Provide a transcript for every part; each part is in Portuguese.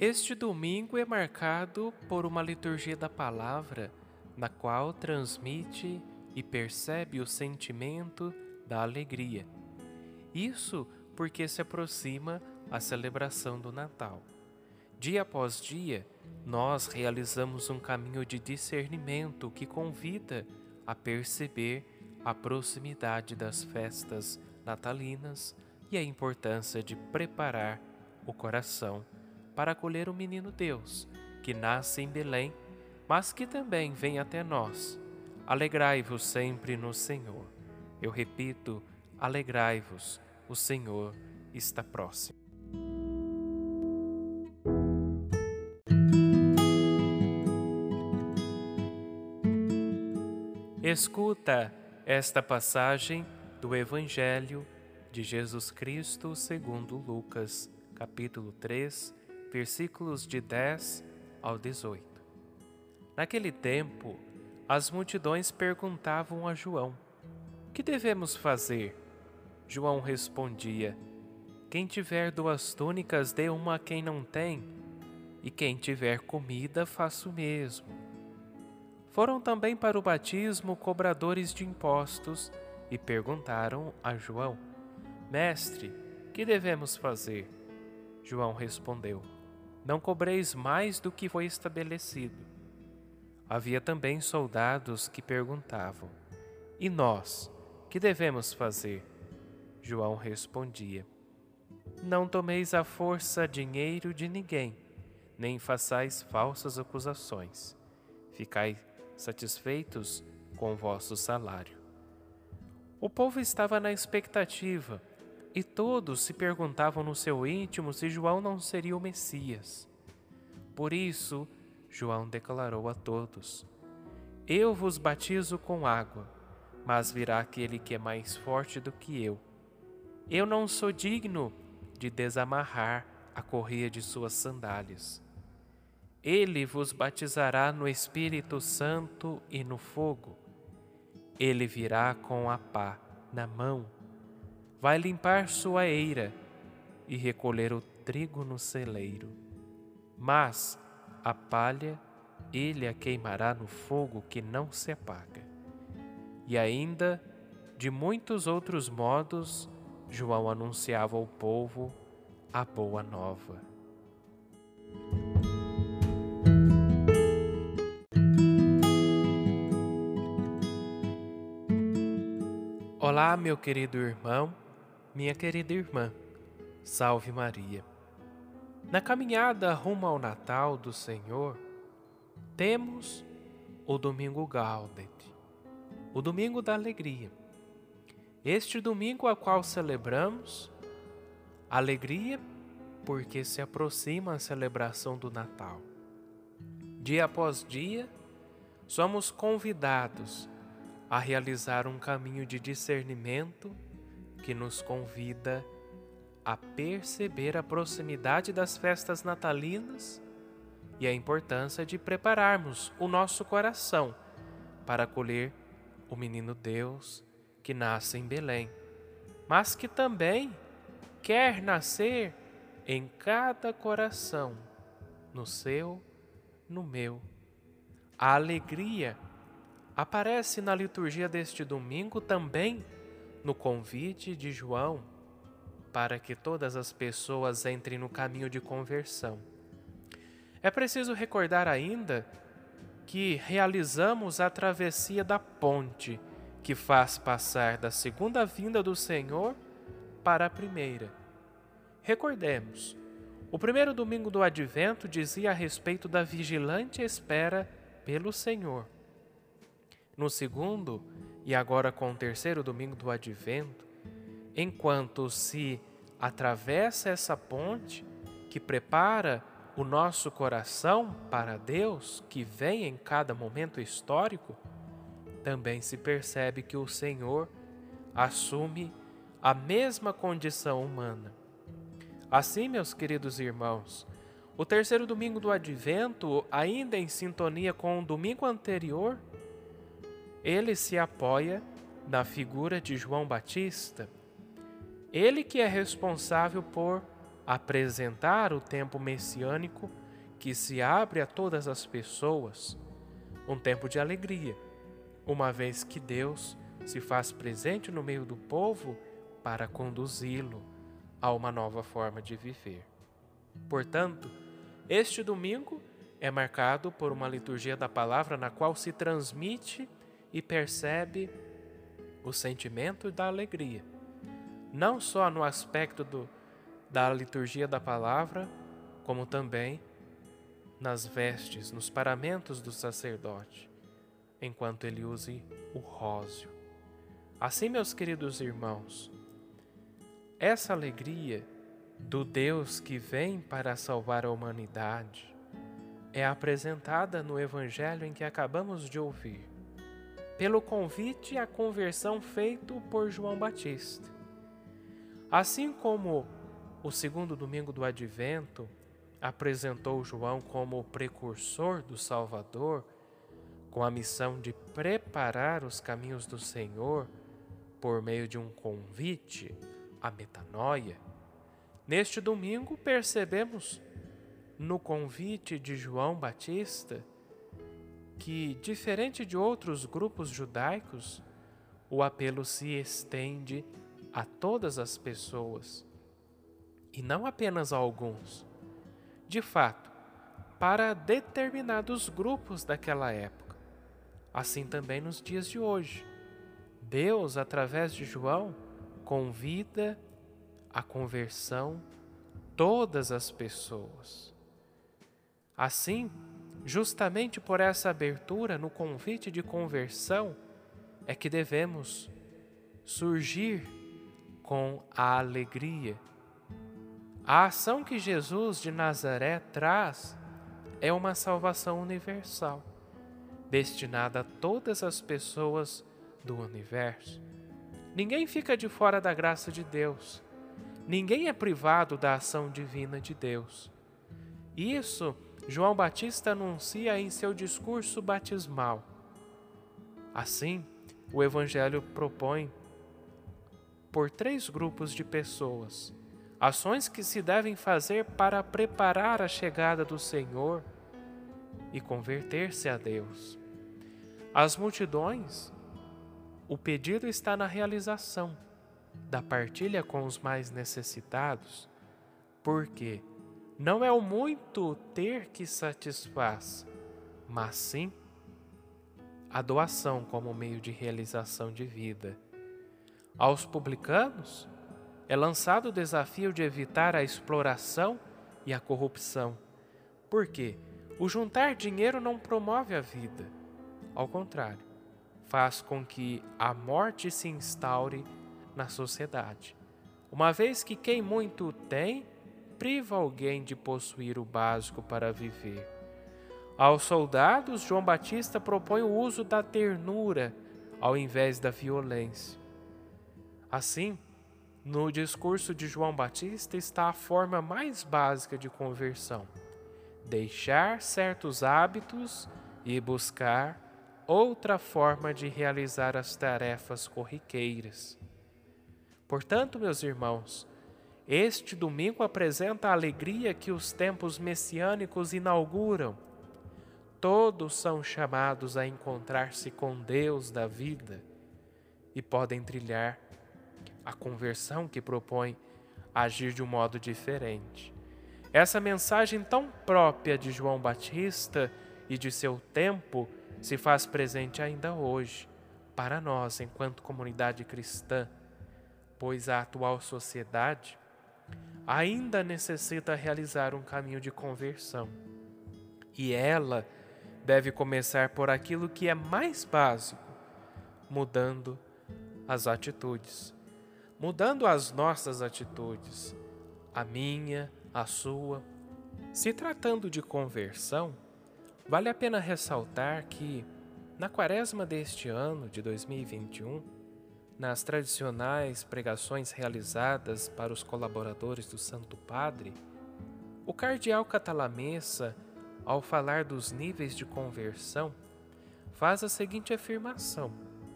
Este domingo é marcado por uma liturgia da palavra, na qual transmite e percebe o sentimento da alegria. Isso porque se aproxima a celebração do Natal. Dia após dia, nós realizamos um caminho de discernimento que convida a perceber a proximidade das festas natalinas e a importância de preparar o coração para acolher o menino Deus, que nasce em Belém, mas que também vem até nós. Alegrai-vos sempre no Senhor. Eu repito, alegrai-vos, o Senhor está próximo. Escuta esta passagem do Evangelho de Jesus Cristo segundo Lucas, capítulo 3, versículos de 10 ao 18. Naquele tempo, as multidões perguntavam a João: "Que devemos fazer?" João respondia: "Quem tiver 2 túnicas, dê uma a quem não tem, e quem tiver comida, faça o mesmo." Foram também para o batismo cobradores de impostos e perguntaram a João: "Mestre, que devemos fazer?" João respondeu: "Não cobreis mais do que foi estabelecido." Havia também soldados que perguntavam: "E nós, que devemos fazer?" João respondia: "Não tomeis à força dinheiro de ninguém, nem façais falsas acusações. Ficai satisfeitos com o vosso salário." O povo estava na expectativa, e todos se perguntavam no seu íntimo se João não seria o Messias. Por isso, João declarou a todos: "Eu vos batizo com água, mas virá aquele que é mais forte do que eu. Eu não sou digno de desamarrar a correia de suas sandálias. Ele vos batizará no Espírito Santo e no fogo. Ele virá com a pá na mão, vai limpar sua eira e recolher o trigo no celeiro. Mas a palha ele a queimará no fogo que não se apaga." E ainda, de muitos outros modos, João anunciava ao povo a boa nova. Olá, meu querido irmão, minha querida irmã, salve Maria. Na caminhada rumo ao Natal do Senhor, temos o Domingo Gaudet, o Domingo da Alegria. Este domingo a qual celebramos alegria porque se aproxima a celebração do Natal. Dia após dia, somos convidados a realizar um caminho de discernimento que nos convida a perceber a proximidade das festas natalinas e a importância de prepararmos o nosso coração para acolher o menino Deus que nasce em Belém, mas que também quer nascer em cada coração, no seu, no meu. A alegria aparece na liturgia deste domingo também no convite de João para que todas as pessoas entrem no caminho de conversão. É preciso recordar ainda que realizamos a travessia da ponte que faz passar da segunda vinda do Senhor para a primeira. Recordemos, o primeiro domingo do Advento dizia a respeito da vigilante espera pelo Senhor. No segundo, e agora com o terceiro domingo do Advento, enquanto se atravessa essa ponte que prepara o nosso coração para Deus, que vem em cada momento histórico, também se percebe que o Senhor assume a mesma condição humana. Assim, meus queridos irmãos, o terceiro domingo do Advento, ainda em sintonia com o domingo anterior, ele se apoia na figura de João Batista, ele que é responsável por apresentar o tempo messiânico que se abre a todas as pessoas, um tempo de alegria, uma vez que Deus se faz presente no meio do povo para conduzi-lo a uma nova forma de viver. Portanto, este domingo é marcado por uma liturgia da palavra na qual se transmite e percebe o sentimento da alegria, não só no aspecto da liturgia da palavra, como também nas vestes, nos paramentos do sacerdote, enquanto ele use o róseo. Assim, meus queridos irmãos, essa alegria do Deus que vem para salvar a humanidade é apresentada no Evangelho em que acabamos de ouvir, pelo convite à conversão feito por João Batista. Assim como o segundo domingo do Advento apresentou João como o precursor do Salvador, com a missão de preparar os caminhos do Senhor por meio de um convite à metanoia, neste domingo percebemos no convite de João Batista que, diferente de outros grupos judaicos, o apelo se estende a todas as pessoas e não apenas a alguns. De fato, para determinados grupos daquela época. Assim também nos dias de hoje. Deus, através de João, convida à conversão todas as pessoas. Assim, justamente por essa abertura no convite de conversão, é que devemos surgir com a alegria. A ação que Jesus de Nazaré traz é uma salvação universal, destinada a todas as pessoas do universo. Ninguém fica de fora da graça de Deus. Ninguém é privado da ação divina de Deus. Isso João Batista anuncia em seu discurso batismal. Assim, o Evangelho propõe por 3 grupos de pessoas ações que se devem fazer para preparar a chegada do Senhor e converter-se a Deus. As multidões, o pedido está na realização da partilha com os mais necessitados, porque não é o muito ter que satisfaz, mas sim a doação como meio de realização de vida. Aos publicanos, é lançado o desafio de evitar a exploração e a corrupção, porque o juntar dinheiro não promove a vida. Ao contrário, faz com que a morte se instaure na sociedade, uma vez que quem muito tem, priva alguém de possuir o básico para viver. Aos soldados, João Batista propõe o uso da ternura ao invés da violência. Assim, no discurso de João Batista está a forma mais básica de conversão: deixar certos hábitos e buscar outra forma de realizar as tarefas corriqueiras. Portanto, meus irmãos, este domingo apresenta a alegria que os tempos messiânicos inauguram. Todos são chamados a encontrar-se com Deus da vida e podem trilhar a conversão que propõe agir de um modo diferente. Essa mensagem tão própria de João Batista e de seu tempo se faz presente ainda hoje para nós enquanto comunidade cristã, pois a atual sociedade ainda necessita realizar um caminho de conversão. E ela deve começar por aquilo que é mais básico, mudando as atitudes. Mudando as nossas atitudes, a minha, a sua. Se tratando de conversão, vale a pena ressaltar que, na quaresma deste ano, de 2021, nas tradicionais pregações realizadas para os colaboradores do Santo Padre, o cardeal Catalamessa, ao falar dos níveis de conversão, faz a seguinte afirmação: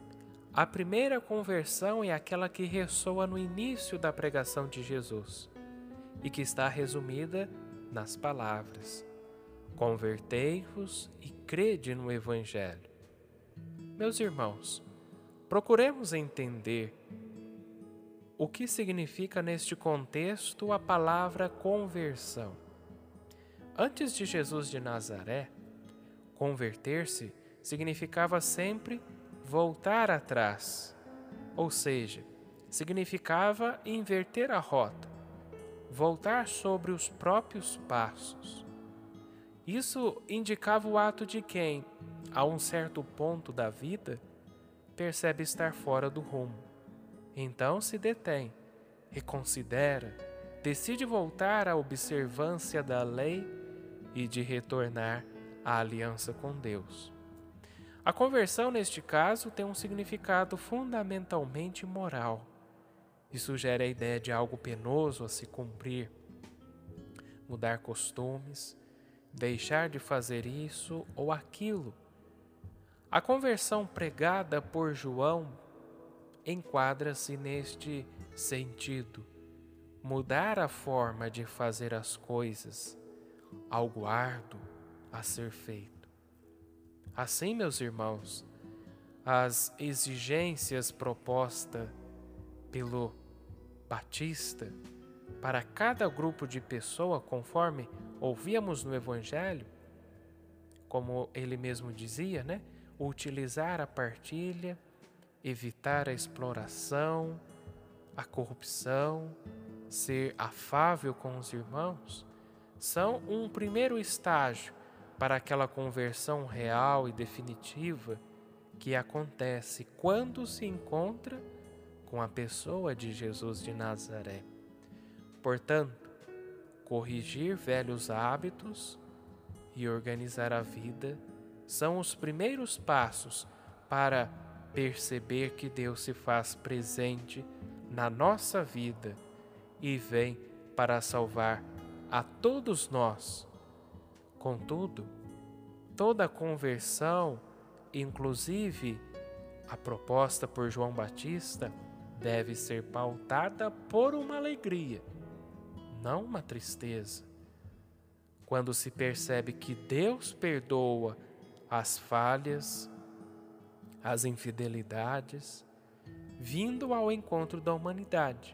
a primeira conversão é aquela que ressoa no início da pregação de Jesus, e que está resumida nas palavras: convertei-vos e crede no Evangelho. Meus irmãos, procuremos entender o que significa neste contexto a palavra conversão. Antes de Jesus de Nazaré, converter-se significava sempre voltar atrás, ou seja, significava inverter a rota, voltar sobre os próprios passos. Isso indicava o ato de quem, a um certo ponto da vida, percebe estar fora do rumo. Então se detém, reconsidera, decide voltar à observância da lei e de retornar à aliança com Deus. A conversão, neste caso, tem um significado fundamentalmente moral e sugere a ideia de algo penoso a se cumprir, mudar costumes, deixar de fazer isso ou aquilo. A conversão pregada por João enquadra-se neste sentido: mudar a forma de fazer as coisas, algo árduo a ser feito. Assim, meus irmãos, as exigências propostas pelo Batista para cada grupo de pessoa, conforme ouvíamos no Evangelho, como ele mesmo dizia, utilizar a partilha, evitar a exploração, a corrupção, ser afável com os irmãos, são um primeiro estágio para aquela conversão real e definitiva que acontece quando se encontra com a pessoa de Jesus de Nazaré. Portanto, corrigir velhos hábitos e organizar a vida são os primeiros passos para perceber que Deus se faz presente na nossa vida e vem para salvar a todos nós. Contudo, toda conversão, inclusive a proposta por João Batista, deve ser pautada por uma alegria, não uma tristeza. Quando se percebe que Deus perdoa as falhas, as infidelidades, vindo ao encontro da humanidade,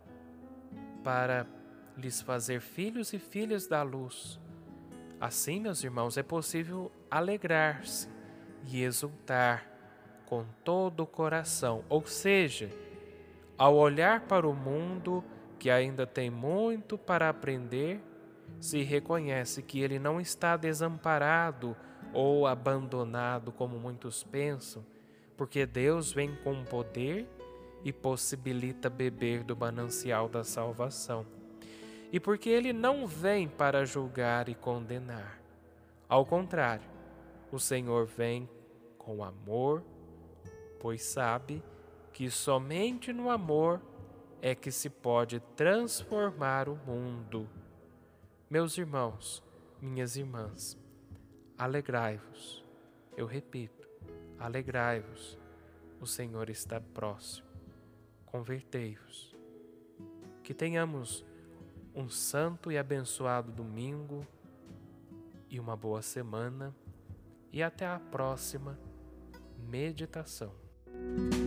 para lhes fazer filhos e filhas da luz. Assim, meus irmãos, é possível alegrar-se e exultar com todo o coração, ou seja, ao olhar para o mundo que ainda tem muito para aprender, se reconhece que ele não está desamparado ou abandonado como muitos pensam, porque Deus vem com poder e possibilita beber do manancial da salvação. E porque ele não vem para julgar e condenar. Ao contrário, o Senhor vem com amor, pois sabe que somente no amor é que se pode transformar o mundo. Meus irmãos, minhas irmãs, alegrai-vos. Eu repito, alegrai-vos. O Senhor está próximo. Convertei-vos. Que tenhamos um santo e abençoado domingo e uma boa semana, e até a próxima meditação.